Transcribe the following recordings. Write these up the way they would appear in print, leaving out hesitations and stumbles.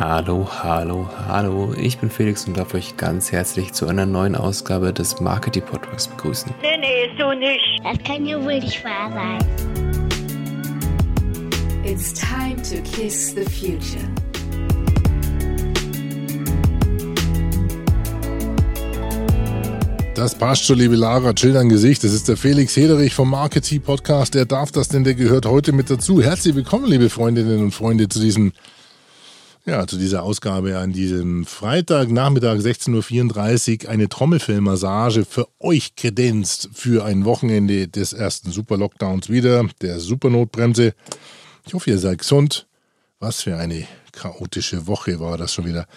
Hallo, hallo, hallo. Ich bin Felix und darf euch ganz herzlich zu einer neuen Ausgabe des Marketing Podcasts begrüßen. Nee, so nicht. Das kann ja wohl nicht wahr sein. It's time to kiss the future. Das passt schon, liebe Lara, chill dein Gesicht. Das ist der Felix Hederich vom Marketing Podcast. Der darf das, denn der gehört heute mit dazu. Herzlich willkommen, liebe Freundinnen und Freunde, zu dieser Ausgabe an diesem Freitagnachmittag 16.34 Uhr. Eine Trommelfellmassage für euch kredenzt für ein Wochenende des ersten Super-Lockdowns wieder, der Supernotbremse. Ich hoffe, ihr seid gesund. Was für eine chaotische Woche war das schon wieder.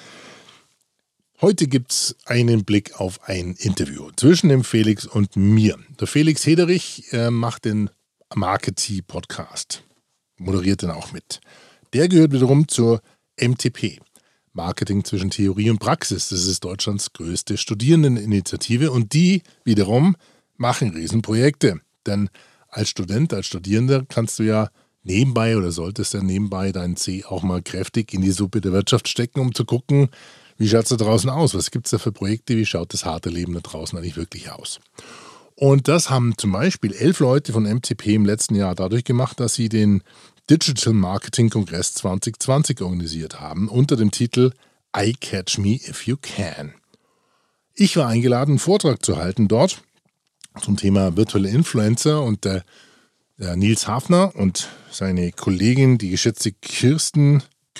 Heute gibt es einen Blick auf ein Interview zwischen dem Felix und mir. Der Felix Hederich macht den Marketing-Podcast, moderiert den auch mit. Der gehört wiederum zur MTP, Marketing zwischen Theorie und Praxis. Das ist Deutschlands größte Studierendeninitiative und die wiederum machen Riesenprojekte. Denn als Student, als Studierender kannst du ja nebenbei oder solltest ja nebenbei deinen Zeh auch mal kräftig in die Suppe der Wirtschaft stecken, um zu gucken, wie schaut es da draußen aus? Was gibt es da für Projekte? Wie schaut das harte Leben da draußen eigentlich wirklich aus? Und das haben zum Beispiel 11 Leute von MTP im letzten Jahr dadurch gemacht, dass sie den Digital Marketing Kongress 2020 organisiert haben, unter dem Titel I Catch Me If You Can. Ich war eingeladen, einen Vortrag zu halten dort zum Thema virtuelle Influencer und der Nils Hafner und seine Kollegin, die geschätzte Christine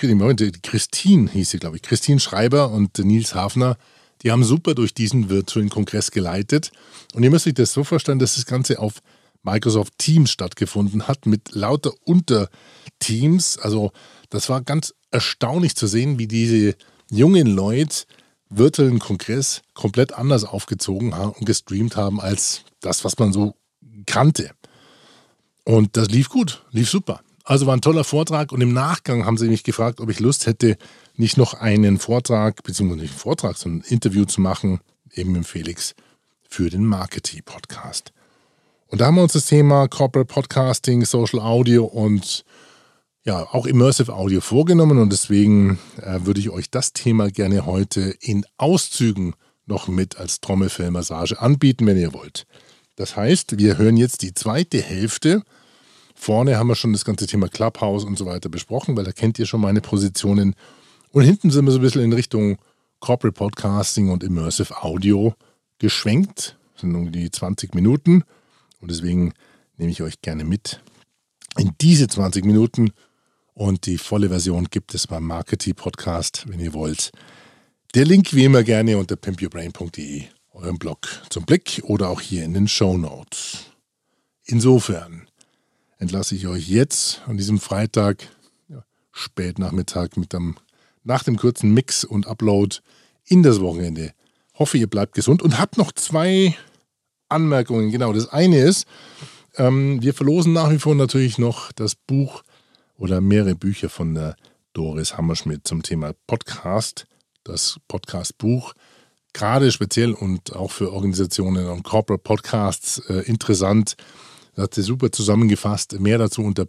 hieß sie, glaube ich, Christine Schreiber und Nils Hafner, die haben super durch diesen virtuellen Kongress geleitet. Und ihr müsst euch das so vorstellen, dass das Ganze auf Microsoft Teams stattgefunden hat mit lauter Unterteams. Also das war ganz erstaunlich zu sehen, wie diese jungen Leute virtuellen Kongress komplett anders aufgezogen haben und gestreamt haben als das, was man so kannte. Und das lief gut, lief super. Also war ein toller Vortrag und im Nachgang haben sie mich gefragt, ob ich Lust hätte, nicht noch einen Vortrag, beziehungsweise nicht einen Vortrag, sondern ein Interview zu machen, eben mit Felix, für den Marketing-Podcast. Und da haben wir uns das Thema Corporate Podcasting, Social Audio und ja auch Immersive Audio vorgenommen und deswegen würde ich euch das Thema gerne heute in Auszügen noch mit als Trommelfellmassage anbieten, wenn ihr wollt. Das heißt, wir hören jetzt die zweite Hälfte. Vorne haben wir schon das ganze Thema Clubhouse und so weiter besprochen, weil da kennt ihr schon meine Positionen. Und hinten sind wir so ein bisschen in Richtung Corporate Podcasting und Immersive Audio geschwenkt. Das sind irgendwie 20 Minuten. Und deswegen nehme ich euch gerne mit in diese 20 Minuten. Und die volle Version gibt es beim Marketing Podcast, wenn ihr wollt. Der Link wie immer gerne unter pimpyourbrain.de, eurem Blog zum Blick oder auch hier in den Shownotes. Insofern entlasse ich euch jetzt an diesem Freitag, Spätnachmittag, nach dem kurzen Mix und Upload in das Wochenende. Hoffe, ihr bleibt gesund und habt noch 2 Anmerkungen. Genau, das eine ist, wir verlosen nach wie vor natürlich noch das Buch oder mehrere Bücher von der Doris Hammerschmidt zum Thema Podcast, das Podcast-Buch. Gerade speziell und auch für Organisationen und Corporate Podcasts interessant. Das hat sie super zusammengefasst. Mehr dazu unter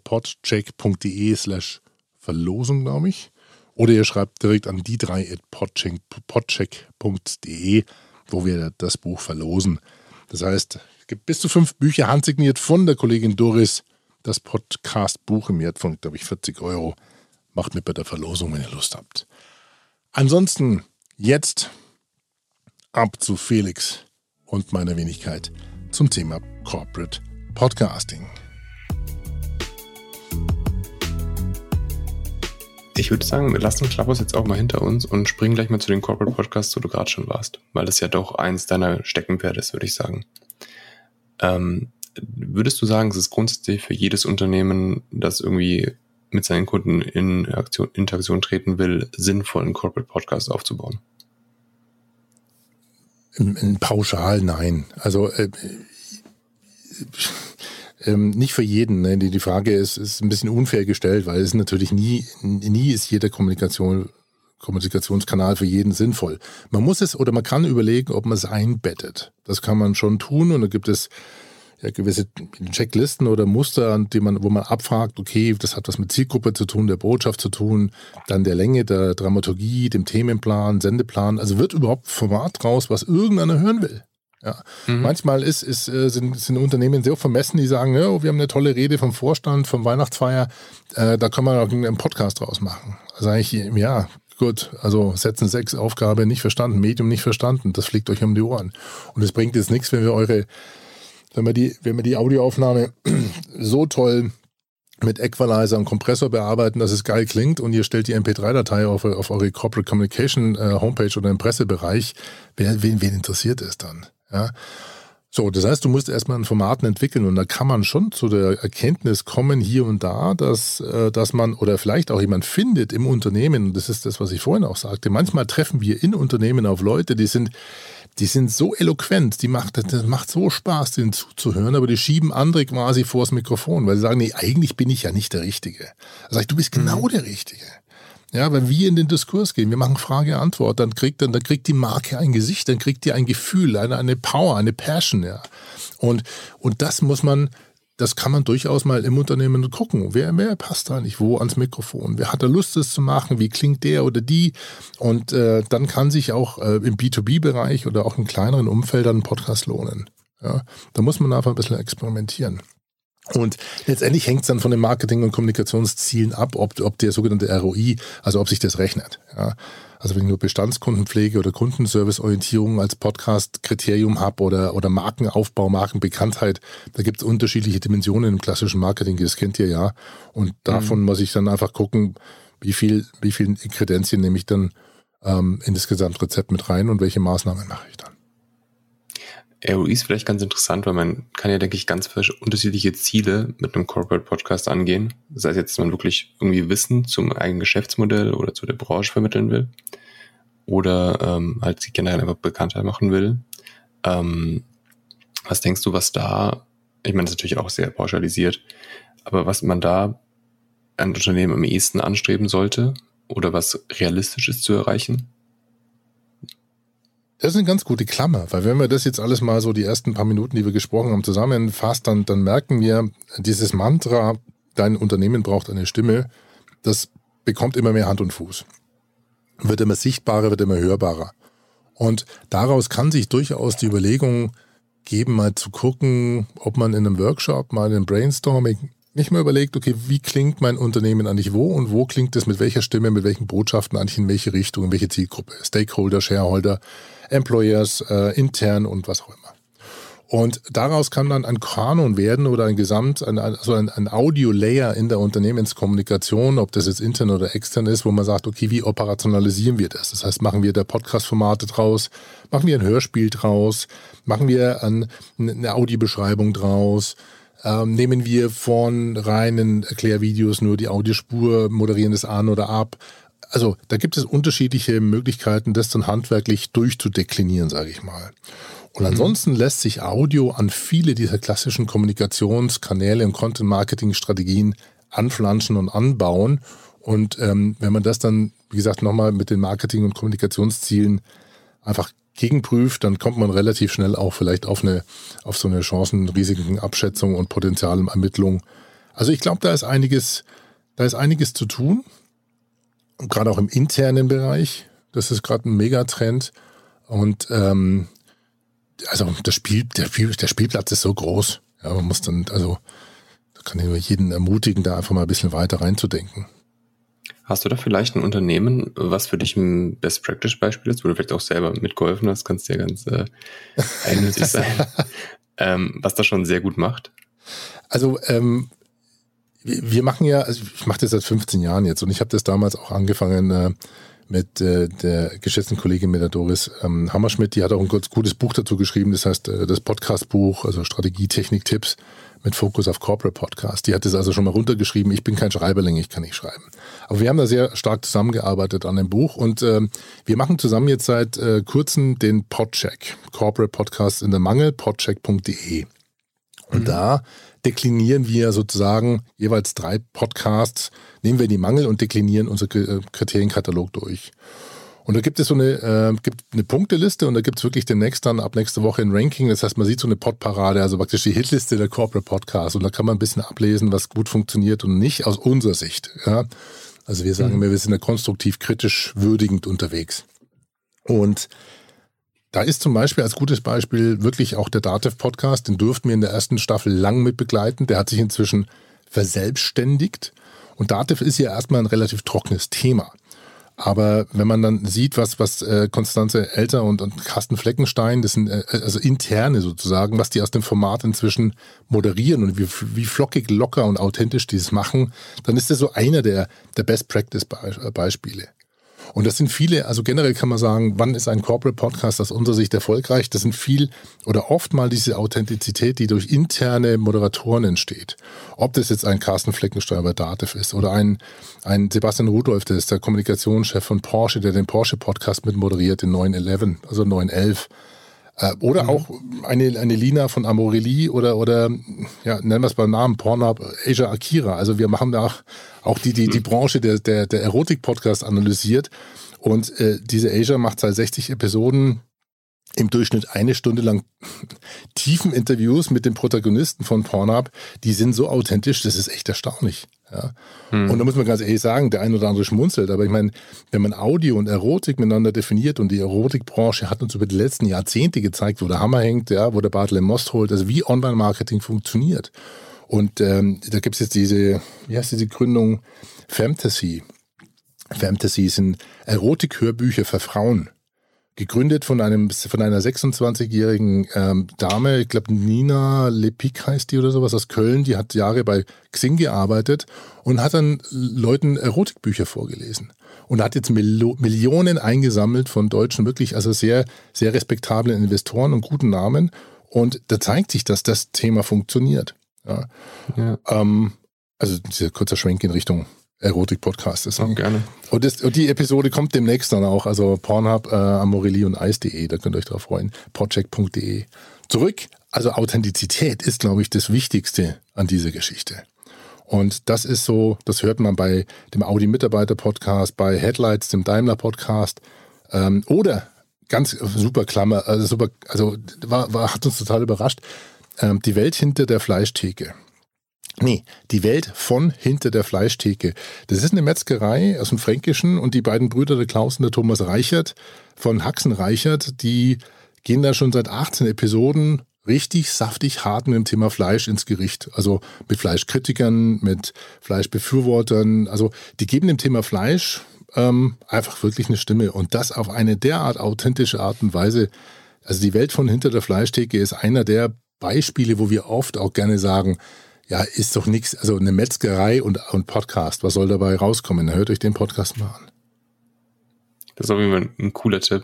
podcheck.de/Verlosung, glaube ich. Oder ihr schreibt direkt an die3@podcheck.de, wo wir das Buch verlosen. Das heißt, es gibt bis zu 5 Bücher handsigniert von der Kollegin Doris. Das Podcast-Buch im Wert von, glaube ich, 40 €. Macht mit bei der Verlosung, wenn ihr Lust habt. Ansonsten jetzt ab zu Felix und meiner Wenigkeit zum Thema Corporate Podcasting. Ich würde sagen, wir lassen Clubhouse jetzt auch mal hinter uns und springen gleich mal zu den Corporate Podcasts, wo du gerade schon warst, weil das ja doch eins deiner Steckenpferde ist, würde ich sagen. Würdest du sagen, es ist grundsätzlich für jedes Unternehmen, das irgendwie mit seinen Kunden in Interaktion treten will, sinnvoll einen Corporate Podcast aufzubauen? Pauschal nein. Also nicht für jeden. Ne? Die Frage ist ein bisschen unfair gestellt, weil es natürlich nie ist jeder Kommunikationskanal für jeden sinnvoll. Man muss es oder man kann überlegen, ob man es einbettet. Das kann man schon tun und da gibt es gewisse Checklisten oder Muster, wo man abfragt, okay, das hat was mit Zielgruppe zu tun, der Botschaft zu tun, dann der Länge, der Dramaturgie, dem Themenplan, Sendeplan. Also wird überhaupt ein Format draus, was irgendeiner hören will. Ja. Manchmal sind Unternehmen sehr vermessen, die sagen, ja, wir haben eine tolle Rede vom Vorstand, vom Weihnachtsfeier, da kann man auch einen Podcast draus machen. Also eigentlich, ja, gut, also Sätzen 6, Aufgabe nicht verstanden, Medium nicht verstanden, das fliegt euch um die Ohren. Und es bringt jetzt nichts, wenn wir die Audioaufnahme so toll mit Equalizer und Kompressor bearbeiten, dass es geil klingt und ihr stellt die MP3-Datei auf eure Corporate Communication Homepage oder im Pressebereich, wen interessiert es dann? Ja. So, das heißt, du musst erstmal ein Formaten entwickeln und da kann man schon zu der Erkenntnis kommen hier und da, dass man oder vielleicht auch jemand findet im Unternehmen, und das ist das, was ich vorhin auch sagte, manchmal treffen wir in Unternehmen auf Leute, die sind so eloquent, das macht so Spaß, denen zuzuhören, aber die schieben andere quasi vors Mikrofon, weil sie sagen, nee, eigentlich bin ich ja nicht der Richtige. Da sag ich, du bist genau der Richtige. Ja, wenn wir in den Diskurs gehen, wir machen Frage-Antwort, dann kriegt die Marke ein Gesicht, dann kriegt die ein Gefühl, eine Power, eine Passion, ja. Und das kann man durchaus mal im Unternehmen gucken. Wer passt da nicht wo ans Mikrofon? Wer hat da Lust, das zu machen? Wie klingt der oder die? Und dann kann sich auch im B2B-Bereich oder auch in kleineren Umfeldern ein Podcast lohnen. Ja, da muss man einfach ein bisschen experimentieren. Und letztendlich hängt es dann von den Marketing- und Kommunikationszielen ab, ob der sogenannte ROI, also ob sich das rechnet. Ja. Also wenn ich nur Bestandskundenpflege oder Kundenserviceorientierung als Podcast-Kriterium habe oder Markenaufbau, Markenbekanntheit, da gibt es unterschiedliche Dimensionen im klassischen Marketing, das kennt ihr ja. Und davon muss ich dann einfach gucken, wie viel Inkredenzien nehme ich dann in das Gesamtrezept mit rein und welche Maßnahmen mache ich dann. ROI ist vielleicht ganz interessant, weil man kann ja, denke ich, ganz unterschiedliche Ziele mit einem Corporate Podcast angehen. Das heißt jetzt, dass man wirklich irgendwie Wissen zum eigenen Geschäftsmodell oder zu der Branche vermitteln will oder halt sich generell einfach bekannter machen will. Was denkst du, was da, ich meine, das ist natürlich auch sehr pauschalisiert, aber was man da ein Unternehmen am ehesten anstreben sollte oder was realistisch ist zu erreichen? Das ist eine ganz gute Klammer, weil wenn wir das jetzt alles mal so die ersten paar Minuten, die wir gesprochen haben, zusammenfasst, dann merken wir, dieses Mantra, dein Unternehmen braucht eine Stimme, das bekommt immer mehr Hand und Fuß. Wird immer sichtbarer, wird immer hörbarer. Und daraus kann sich durchaus die Überlegung geben, mal zu gucken, ob man in einem Workshop, mal in einem Brainstorming nicht mal überlegt, okay, wie klingt mein Unternehmen eigentlich wo und wo klingt es mit welcher Stimme, mit welchen Botschaften eigentlich in welche Richtung, in welche Zielgruppe, Stakeholder, Shareholder, Employers, intern und was auch immer. Und daraus kann dann ein Kanon werden oder ein Audio-Layer in der Unternehmenskommunikation, ob das jetzt intern oder extern ist, wo man sagt, okay, wie operationalisieren wir das? Das heißt, machen wir da Podcast-Formate draus, machen wir ein Hörspiel draus, machen wir eine Audiobeschreibung draus, nehmen wir von reinen Erklärvideos nur die Audiospur, moderieren das an oder ab. Also da gibt es unterschiedliche Möglichkeiten, das dann handwerklich durchzudeklinieren, sage ich mal. Und ansonsten lässt sich Audio an viele dieser klassischen Kommunikationskanäle und Content-Marketing-Strategien anflanschen und anbauen. Und wenn man das dann, wie gesagt, nochmal mit den Marketing- und Kommunikationszielen einfach gegenprüft, dann kommt man relativ schnell auch vielleicht auf so eine Chancen-Risiken-Abschätzung und Potenzialermittlung. Also ich glaube, da ist einiges zu tun. Und gerade auch im internen Bereich. Das ist gerade ein Megatrend. Und also der Spielplatz ist so groß. Ja, man muss dann, also da kann ich nur jeden ermutigen, da einfach mal ein bisschen weiter reinzudenken. Hast du da vielleicht ein Unternehmen, was für dich ein Best-Practice-Beispiel ist, wo du vielleicht auch selber mitgeholfen hast, kannst ja ganz einnötig sein, was das schon sehr gut macht? Also wir machen ja, also ich mache das seit 15 Jahren jetzt und ich habe das damals auch angefangen mit der geschätzten Kollegin mit der Doris Hammerschmidt, die hat auch ein ganz gutes Buch dazu geschrieben, das heißt das Podcast-Buch, also Strategie, Technik, Tipps mit Fokus auf Corporate Podcast. Die hat das also schon mal runtergeschrieben. Ich bin kein Schreiberling, ich kann nicht schreiben. Aber wir haben da sehr stark zusammengearbeitet an dem Buch und wir machen zusammen jetzt seit kurzem den Podcheck, Corporate Podcast in der Mangel, podcheck.de. Und da deklinieren wir sozusagen jeweils 3 Podcasts, nehmen wir die Mangel und deklinieren unseren Kriterienkatalog durch. Und da gibt es so eine Punkteliste und da gibt es wirklich demnächst dann ab nächste Woche ein Ranking. Das heißt, man sieht so eine Podparade, also praktisch die Hitliste der Corporate Podcasts. Und da kann man ein bisschen ablesen, was gut funktioniert und nicht aus unserer Sicht. Ja? Also wir sagen immer, wir sind da konstruktiv, kritisch, würdigend unterwegs. Und da ist zum Beispiel als gutes Beispiel wirklich auch der DATEV-Podcast. Den durften wir in der ersten Staffel lang mit begleiten. Der hat sich inzwischen verselbstständigt. Und DATEV ist ja erstmal ein relativ trockenes Thema. Aber wenn man dann sieht, was Konstanze Elter und Carsten Fleckenstein, das sind also Interne sozusagen, was die aus dem Format inzwischen moderieren und wie flockig, locker und authentisch die es machen, dann ist das so einer der Best-Practice-Beispiele. Und das sind viele, also generell kann man sagen, wann ist ein Corporate Podcast aus unserer Sicht erfolgreich? Das sind viel oder oft mal diese Authentizität, die durch interne Moderatoren entsteht. Ob das jetzt ein Carsten Fleckenstein bei DATEV ist oder ein Sebastian Rudolph, der ist der Kommunikationschef von Porsche, der den Porsche Podcast mit moderiert, den 911, also 911. Oder auch eine Lina von Amorelie oder ja, nennen wir es beim Namen, Pornhub, Asia Akira. Also wir machen da auch die Branche der Erotik-Podcast analysiert. Und diese Asia macht seit 60 Episoden im Durchschnitt 1 Stunde lang tiefen Interviews mit den Protagonisten von Pornhub. Die sind so authentisch, das ist echt erstaunlich. Ja. Und da muss man ganz ehrlich sagen, der ein oder andere schmunzelt, aber ich meine, wenn man Audio und Erotik miteinander definiert und die Erotikbranche hat uns über die letzten Jahrzehnte gezeigt, wo der Hammer hängt, ja, wo der Bartel im Most holt, also wie Online-Marketing funktioniert. Und da gibt es jetzt diese Gründung Fantasy. Fantasy sind Erotik-Hörbücher für Frauen. Gegründet von einer 26-jährigen Dame, ich glaube Nina Lepik heißt die oder sowas aus Köln, die hat Jahre bei Xing gearbeitet und hat dann Leuten Erotikbücher vorgelesen. Und hat jetzt Millionen eingesammelt von Deutschen, wirklich also sehr, sehr respektablen Investoren und guten Namen. Und da zeigt sich, dass das Thema funktioniert. Ja. Also dieser kurze Schwenk in Richtung Erotik-Podcast ist. Gerne. Und die Episode kommt demnächst dann auch, also Pornhub, Amorelie und Ice.de, da könnt ihr euch drauf freuen, podcheck.de. Zurück, also Authentizität ist, glaube ich, das Wichtigste an dieser Geschichte. Und das ist so, das hört man bei dem Audi-Mitarbeiter-Podcast, bei Headlights, dem Daimler-Podcast oder ganz super Klammer, hat uns total überrascht, die Welt hinter der Fleischtheke. Nee, die Welt von hinter der Fleischtheke. Das ist eine Metzgerei aus dem Fränkischen und die beiden Brüder, der Klaus und der Thomas Reichert von Haxen Reichert, die gehen da schon seit 18 Episoden richtig saftig hart mit dem Thema Fleisch ins Gericht. Also mit Fleischkritikern, mit Fleischbefürwortern. Also die geben dem Thema Fleisch einfach wirklich eine Stimme. Und das auf eine derart authentische Art und Weise. Also die Welt von hinter der Fleischtheke ist einer der Beispiele, wo wir oft auch gerne sagen, ja, ist doch nichts, also eine Metzgerei und Podcast, was soll dabei rauskommen? Hört euch den Podcast mal an. Das ist auf jeden Fall ein cooler Tipp.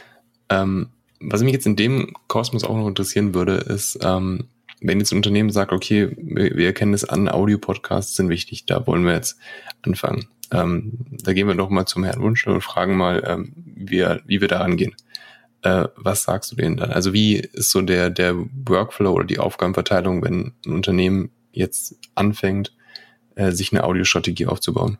Was mich jetzt in dem Kosmos auch noch interessieren würde, ist, wenn jetzt ein Unternehmen sagt, okay, wir erkennen es an, Audio-Podcasts sind wichtig, da wollen wir jetzt anfangen. Da gehen wir doch mal zum Herrn Wunschel und fragen mal, wie wir da rangehen. Was sagst du denen dann? Also wie ist so der Workflow oder die Aufgabenverteilung, wenn ein Unternehmen jetzt anfängt, sich eine Audiostrategie aufzubauen?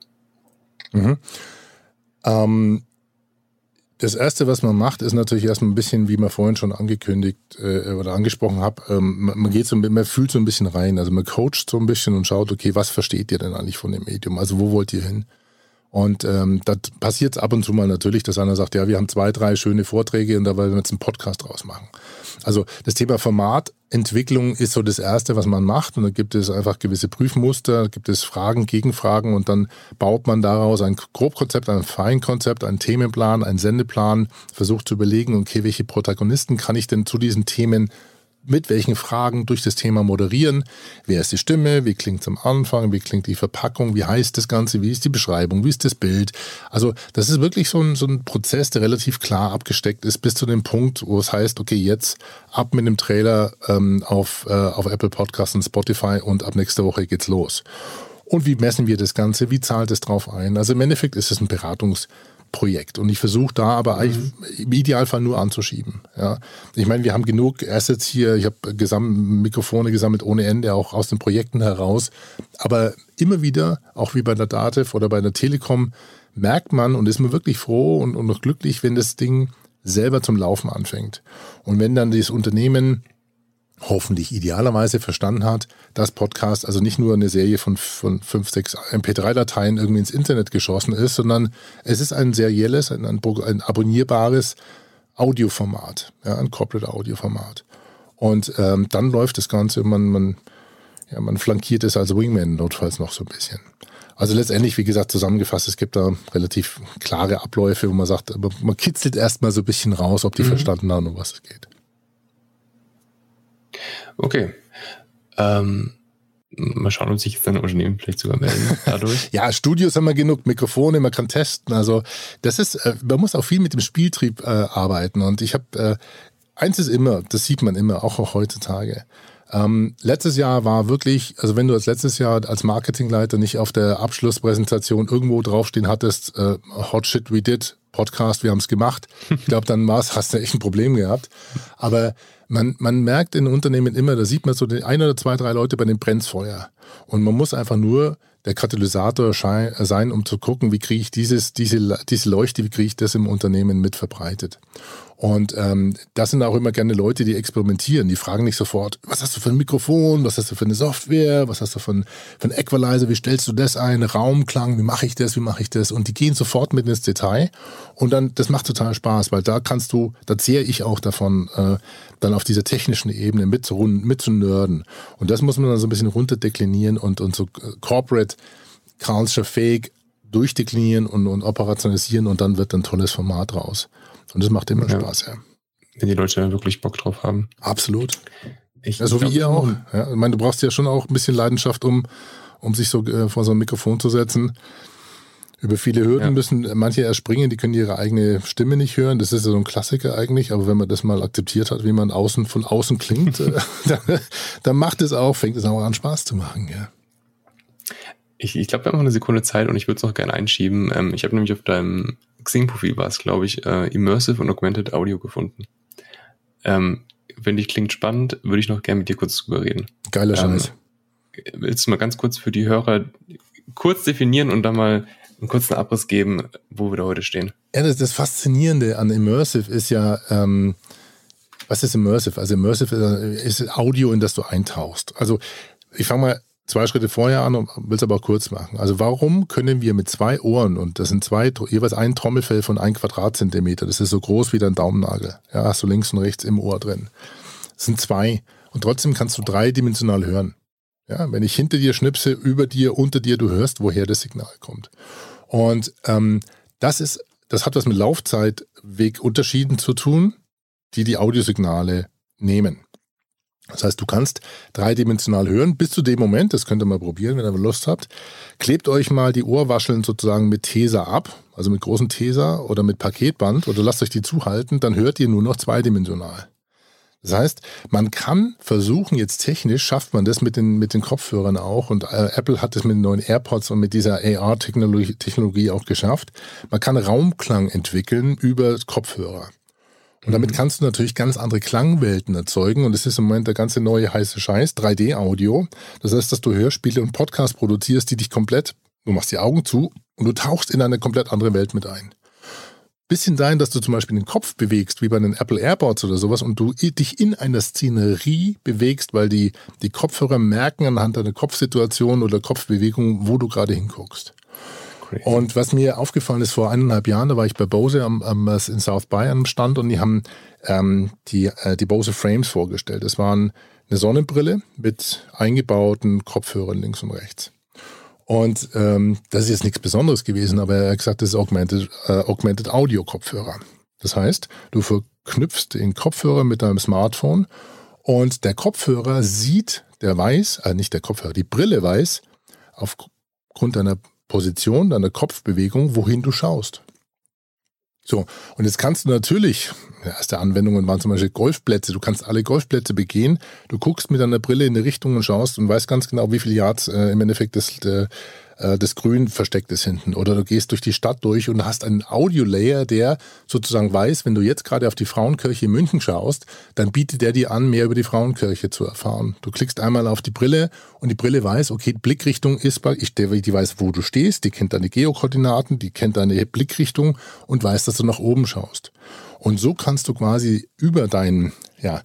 Das Erste, was man macht, ist natürlich erstmal ein bisschen, wie man vorhin schon angekündigt oder angesprochen habe, man fühlt so ein bisschen rein, also man coacht so ein bisschen und schaut, okay, was versteht ihr denn eigentlich von dem Medium? Also wo wollt ihr hin? Und da passiert es ab und zu mal natürlich, dass einer sagt, ja, wir haben 2, 3 schöne Vorträge und da wollen wir jetzt einen Podcast draus machen. Also das Thema Formatentwicklung ist so das Erste, was man macht. Und da gibt es einfach gewisse Prüfmuster, gibt es Fragen, Gegenfragen und dann baut man daraus ein Grobkonzept, ein Feinkonzept, einen Themenplan, einen Sendeplan, versucht zu überlegen, okay, welche Protagonisten kann ich denn zu diesen Themen mit welchen Fragen durch das Thema moderieren. Wer ist die Stimme? Wie klingt es am Anfang? Wie klingt die Verpackung? Wie heißt das Ganze? Wie ist die Beschreibung? Wie ist das Bild? Also das ist wirklich so ein Prozess, der relativ klar abgesteckt ist, bis zu dem Punkt, wo es heißt, okay, jetzt ab mit dem Trailer auf Apple Podcasts und Spotify und ab nächster Woche geht's los. Und wie messen wir das Ganze? Wie zahlt es drauf ein? Also im Endeffekt ist es ein Beratungsprojekt. Und ich versuche da aber eigentlich im Idealfall nur anzuschieben. Ja. Ich meine, wir haben genug Assets hier. Ich habe Mikrofone gesammelt ohne Ende, auch aus den Projekten heraus. Aber immer wieder, auch wie bei der DATEV oder bei der Telekom, merkt man und ist man wirklich froh und noch glücklich, wenn das Ding selber zum Laufen anfängt. Und wenn dann dieses Unternehmen hoffentlich idealerweise verstanden hat, dass Podcast also nicht nur eine Serie von 5, 6 MP3-Dateien irgendwie ins Internet geschossen ist, sondern es ist ein serielles, ein abonnierbares Audioformat, ja, ein Corporate-Audioformat. Und dann läuft das Ganze, man flankiert es als Wingman notfalls noch so ein bisschen. Also letztendlich, wie gesagt, zusammengefasst, es gibt da relativ klare Abläufe, wo man sagt, man kitzelt erstmal so ein bisschen raus, ob die verstanden haben, um was es geht. Okay. Mal schauen, ob sich jetzt ein Unternehmen vielleicht sogar melden dadurch. Ja, Studios haben wir genug, Mikrofone, man kann testen. Also das ist, man muss auch viel mit dem Spieltrieb arbeiten. Und ich habe, eins ist immer, das sieht man immer, auch heutzutage. Letztes Jahr war wirklich, also wenn du letztes Jahr als Marketingleiter nicht auf der Abschlusspräsentation irgendwo draufstehen hattest, Hot Shit We Did, Podcast, wir haben es gemacht. Ich glaube, dann hast du echt ein Problem gehabt. Aber man merkt in Unternehmen immer, da sieht man so den 1 oder 2, 3 Leute bei dem Brennfeuer. Und man muss einfach nur der Katalysator sein, um zu gucken, wie kriege ich diese Leuchte, wie kriege ich das im Unternehmen mit verbreitet. Und das sind auch immer gerne Leute, die experimentieren. Die fragen nicht sofort, was hast du für ein Mikrofon, was hast du für eine Software, was hast du für ein Equalizer, wie stellst du das ein, Raumklang, wie mache ich das. Und die gehen sofort mit ins Detail. Und dann, das macht total Spaß, weil da zehre ich auch davon, dann auf dieser technischen Ebene mit zu nerden. Und das muss man dann so ein bisschen runterdeklinieren und so Corporate Culture fähig durchdeklinieren und operationalisieren und dann wird ein tolles Format raus. Und das macht immer Spaß, ja. Wenn die Leute dann wirklich Bock drauf haben. Absolut. So wie ihr auch. Ja, ich meine, du brauchst ja schon auch ein bisschen Leidenschaft, um sich so vor so ein Mikrofon zu setzen. Über viele Hürden müssen manche erspringen, die können ihre eigene Stimme nicht hören. Das ist ja so ein Klassiker eigentlich, aber wenn man das mal akzeptiert hat, wie man von außen klingt, dann fängt es auch an Spaß zu machen, ja. Ich glaube, wir haben noch eine Sekunde Zeit und ich würde es noch gerne einschieben. Ich habe nämlich auf deinem Xing-Profil glaube ich, Immersive und Augmented Audio gefunden. Wenn dich klingt spannend, würde ich noch gerne mit dir kurz drüber reden. Geiler Scheiß. Willst du mal ganz kurz für die Hörer kurz definieren und dann mal einen kurzen Abriss geben, wo wir da heute stehen? Ja, das Faszinierende an Immersive ist ja, was ist Immersive? Also Immersive ist Audio, in das du eintauchst. Also ich fange mal 2 Schritte vorher an und will es aber auch kurz machen. Also warum können wir mit 2 Ohren, und das sind jeweils ein Trommelfell von 1 Quadratzentimeter, das ist so groß wie dein Daumennagel, ja, hast du links und rechts im Ohr drin. Das sind 2 und trotzdem kannst du 3-dimensional hören. Ja, wenn ich hinter dir schnipse, über dir, unter dir, du hörst, woher das Signal kommt. Und das hat was mit Laufzeitwegunterschieden zu tun, die Audiosignale nehmen. Das heißt, du kannst 3-dimensional hören bis zu dem Moment, das könnt ihr mal probieren, wenn ihr Lust habt, klebt euch mal die Ohrwascheln sozusagen mit Tesa ab, also mit großem Tesa oder mit Paketband oder lasst euch die zuhalten, dann hört ihr nur noch 2-dimensional. Das heißt, man kann versuchen, jetzt technisch schafft man das mit den Kopfhörern auch und Apple hat das mit den neuen AirPods und mit dieser AR-Technologie auch geschafft. Man kann Raumklang entwickeln über Kopfhörer. Und damit kannst du natürlich ganz andere Klangwelten erzeugen. Und das ist im Moment der ganze neue heiße Scheiß, 3D-Audio. Das heißt, dass du Hörspiele und Podcasts produzierst, du machst die Augen zu und du tauchst in eine komplett andere Welt mit ein. Bisschen sein, dass du zum Beispiel den Kopf bewegst, wie bei den Apple AirPods oder sowas, und du dich in einer Szenerie bewegst, weil die Kopfhörer merken anhand deiner Kopfsituation oder Kopfbewegung, wo du gerade hinguckst. Und was mir aufgefallen ist, vor 1,5 Jahren, da war ich bei Bose in South By am Stand und die haben die Bose Frames vorgestellt. Das waren eine Sonnenbrille mit eingebauten Kopfhörern links und rechts. Und das ist jetzt nichts Besonderes gewesen, aber er hat gesagt, das ist Augmented Audio Kopfhörer. Das heißt, du verknüpfst den Kopfhörer mit deinem Smartphone und der Kopfhörer die Brille weiß, aufgrund deiner Position, deiner Kopfbewegung, wohin du schaust. So, und jetzt kannst du natürlich, erste Anwendungen waren zum Beispiel Golfplätze, du kannst alle Golfplätze begehen, du guckst mit deiner Brille in eine Richtung und schaust und weißt ganz genau, wie viele Yards im Endeffekt das Grün versteckt ist hinten. Oder du gehst durch die Stadt durch und hast einen Audio-Layer, der sozusagen weiß, wenn du jetzt gerade auf die Frauenkirche in München schaust, dann bietet der dir an, mehr über die Frauenkirche zu erfahren. Du klickst einmal auf die Brille und die Brille weiß, okay, Blickrichtung ist, die weiß, wo du stehst, die kennt deine Geokoordinaten, die kennt deine Blickrichtung und weiß, dass du nach oben schaust. Und so kannst du quasi über deine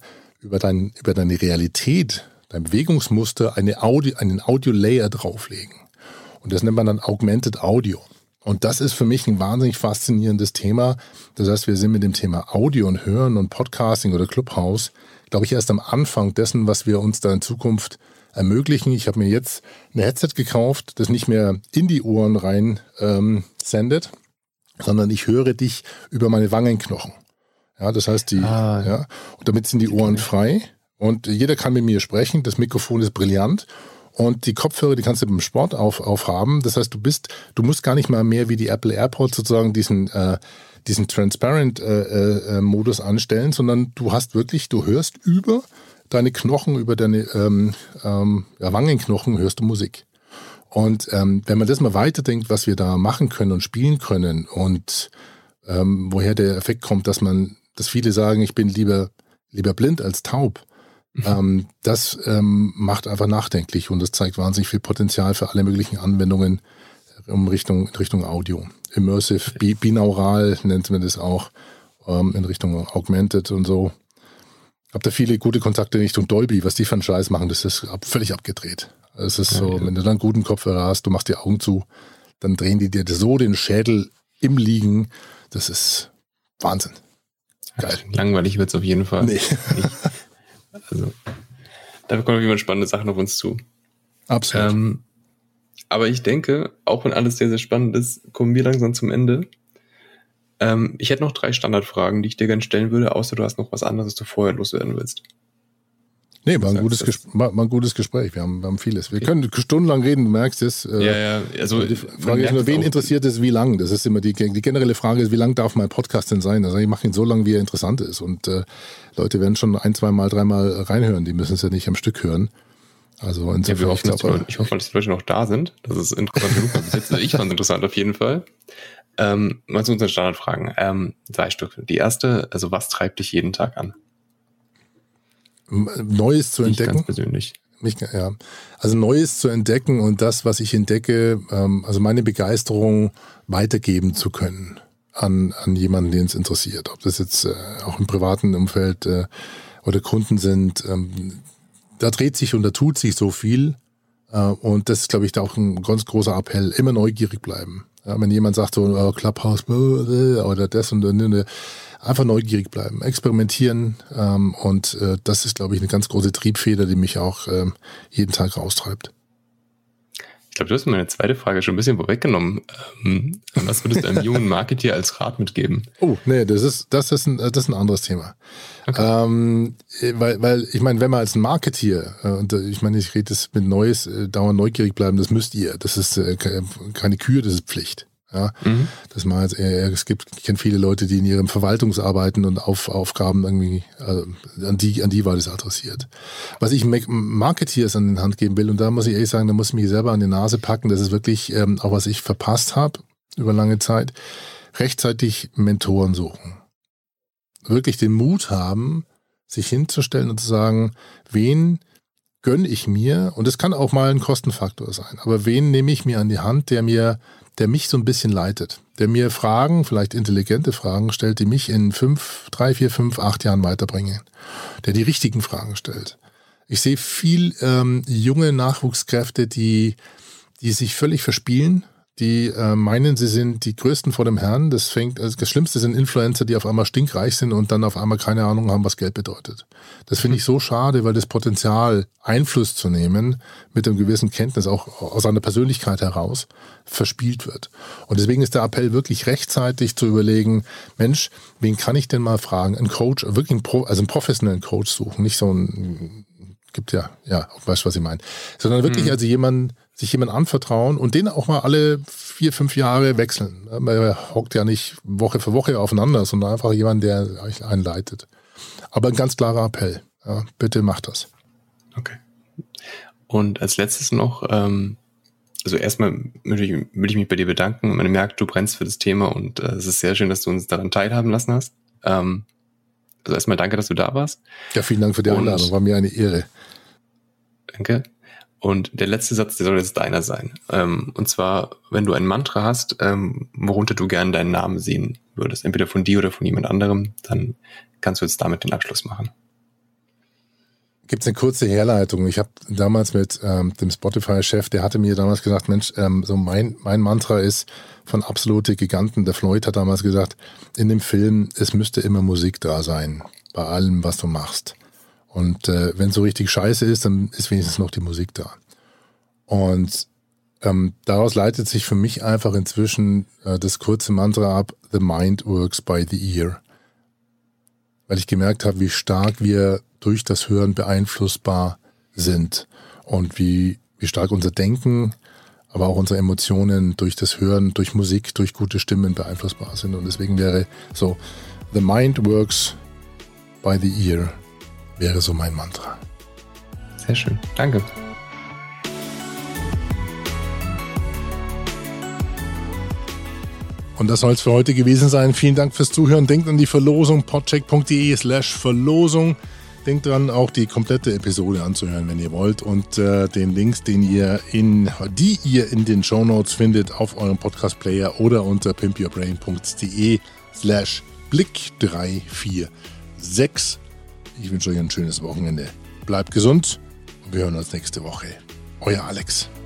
Realität, dein Bewegungsmuster einen Audio-Layer drauflegen. Und das nennt man dann Augmented Audio. Und das ist für mich ein wahnsinnig faszinierendes Thema. Das heißt, wir sind mit dem Thema Audio und Hören und Podcasting oder Clubhouse, glaube ich, erst am Anfang dessen, was wir uns da in Zukunft ermöglichen. Ich habe mir jetzt ein Headset gekauft, das nicht mehr in die Ohren rein sendet, sondern ich höre dich über meine Wangenknochen. Ja, das heißt, und damit sind die Ohren frei und jeder kann mit mir sprechen. Das Mikrofon ist brillant. Und die Kopfhörer, die kannst du beim Sport aufhaben. Das heißt, du musst gar nicht mal mehr wie die Apple AirPods sozusagen diesen Transparent-Modus anstellen, sondern du hörst über deine Knochen, über deine Wangenknochen, hörst du Musik. Und wenn man das mal weiterdenkt, was wir da machen können und spielen können und woher der Effekt kommt, dass viele sagen, ich bin lieber blind als taub. Das macht einfach nachdenklich und das zeigt wahnsinnig viel Potenzial für alle möglichen Anwendungen in Richtung Audio. Immersive, binaural nennt man das auch, in Richtung Augmented und so. Habt da viele gute Kontakte in Richtung Dolby, was die für einen Scheiß machen, das ist völlig abgedreht. Es ist so, wenn du dann einen guten Kopfhörer hast, du machst die Augen zu, dann drehen die dir so den Schädel im Liegen, das ist Wahnsinn. Geil. Langweilig wird es auf jeden Fall. Nee. Also, da kommen jemand spannende Sachen auf uns zu. Absolut. Aber ich denke, auch wenn alles sehr, sehr spannend ist, kommen wir langsam zum Ende. Ich hätte noch 3 Standardfragen, die ich dir gerne stellen würde, außer du hast noch was anderes, was du vorher loswerden willst. Nee, war ein gutes Gespräch. Wir haben vieles. Wir können stundenlang reden, du merkst es. Also die Frage ist nur, wen interessiert es, wie lang? Das ist immer die generelle Frage, ist, wie lang darf mein Podcast denn sein? Also ich mache ihn so lang, wie er interessant ist. Und Leute werden schon 1, 2 Mal, 3 Mal reinhören. Die müssen es ja nicht am Stück hören. Also insofern, ich hoffe, dass die Leute noch da sind. Das ist interessant genug. Ich fand es interessant auf jeden Fall. Mal zu unseren Standardfragen. 2 Stück. Die erste, also was treibt dich jeden Tag an? Neues zu entdecken. Ganz persönlich. Also Neues zu entdecken und das, was ich entdecke, also meine Begeisterung weitergeben zu können an jemanden, den es interessiert. Ob das jetzt auch im privaten Umfeld oder Kunden sind. Da dreht sich und da tut sich so viel. Und das ist, glaube ich, da auch ein ganz großer Appell. Immer neugierig bleiben. Ja, wenn jemand sagt so, Clubhouse oder das und einfach neugierig bleiben, experimentieren und das ist, glaube ich, eine ganz große Triebfeder, die mich auch jeden Tag raustreibt. Ich glaube, du hast meine zweite Frage schon ein bisschen vorweggenommen. Was würdest du einem jungen Marketeer als Rat mitgeben? Oh, nee, das ist ein anderes Thema. Okay. Weil ich meine, wenn man als ein Marketeer, und ich meine, ich rede das mit Neues, dauernd neugierig bleiben, das müsst ihr. Das ist keine Kür, das ist Pflicht. Ja, das mal jetzt ich kenne viele Leute, die in ihrem Verwaltungsarbeiten und Aufgaben irgendwie, an die war das adressiert. Was ich Marketeers an die Hand geben will, und da muss ich ehrlich sagen, da muss ich mich selber an die Nase packen, das ist wirklich auch was ich verpasst habe über lange Zeit, rechtzeitig Mentoren suchen. Wirklich den Mut haben, sich hinzustellen und zu sagen, wen gönne ich mir, und das kann auch mal ein Kostenfaktor sein, aber wen nehme ich mir an die Hand, der mich so ein bisschen leitet, der mir Fragen, vielleicht intelligente Fragen stellt, die mich in 3, 4, 5, 8 Jahren weiterbringen, der die richtigen Fragen stellt. Ich sehe viel junge Nachwuchskräfte, die sich völlig verspielen, die meinen, sie sind die Größten vor dem Herrn. Das Schlimmste sind Influencer, die auf einmal stinkreich sind und dann auf einmal keine Ahnung haben, was Geld bedeutet. Das finde ich so schade, weil das Potenzial, Einfluss zu nehmen, mit einem gewissen Kenntnis, auch aus einer Persönlichkeit heraus, verspielt wird. Und deswegen ist der Appell wirklich rechtzeitig zu überlegen, Mensch, wen kann ich denn mal fragen? Einen Coach, wirklich einen professionellen Coach suchen, nicht so ein, gibt ja, weißt du, was ich meine, sondern wirklich also sich jemand anvertrauen und den auch mal alle 4, 5 Jahre wechseln. Man hockt ja nicht Woche für Woche aufeinander, sondern einfach jemand, der euch einleitet. Aber ein ganz klarer Appell. Ja, bitte macht das. Okay. Und als letztes noch, also erstmal würde ich mich bei dir bedanken. Man merkt, du brennst für das Thema und es ist sehr schön, dass du uns daran teilhaben lassen hast. Also erstmal danke, dass du da warst. Ja, vielen Dank für die Einladung, war mir eine Ehre. Danke. Und der letzte Satz, der soll jetzt deiner sein. Und zwar, wenn du ein Mantra hast, worunter du gerne deinen Namen sehen würdest, entweder von dir oder von jemand anderem, dann kannst du jetzt damit den Abschluss machen. Gibt es eine kurze Herleitung. Ich habe damals mit dem Spotify-Chef, der hatte mir damals gesagt, Mensch, so mein Mantra ist von absolute Giganten. Der Floyd hat damals gesagt, in dem Film, es müsste immer Musik da sein, bei allem, was du machst. Und wenn es so richtig scheiße ist, dann ist wenigstens noch die Musik da. Und daraus leitet sich für mich einfach inzwischen das kurze Mantra ab, The mind works by the ear. Weil ich gemerkt habe, wie stark wir durch das Hören beeinflussbar sind und wie stark unser Denken, aber auch unsere Emotionen durch das Hören, durch Musik, durch gute Stimmen beeinflussbar sind. Und deswegen wäre so, The mind works by the ear, wäre so mein Mantra. Sehr schön, danke. Und das soll es für heute gewesen sein. Vielen Dank fürs Zuhören. Denkt an die Verlosung, podcheck.de/Verlosung. Denkt dran, auch die komplette Episode anzuhören, wenn ihr wollt. Und den Links, die ihr in den Shownotes findet, auf eurem Podcast-Player oder unter pimpyourbrain.de/Blick346. Ich wünsche euch ein schönes Wochenende. Bleibt gesund und wir hören uns nächste Woche. Euer Alex.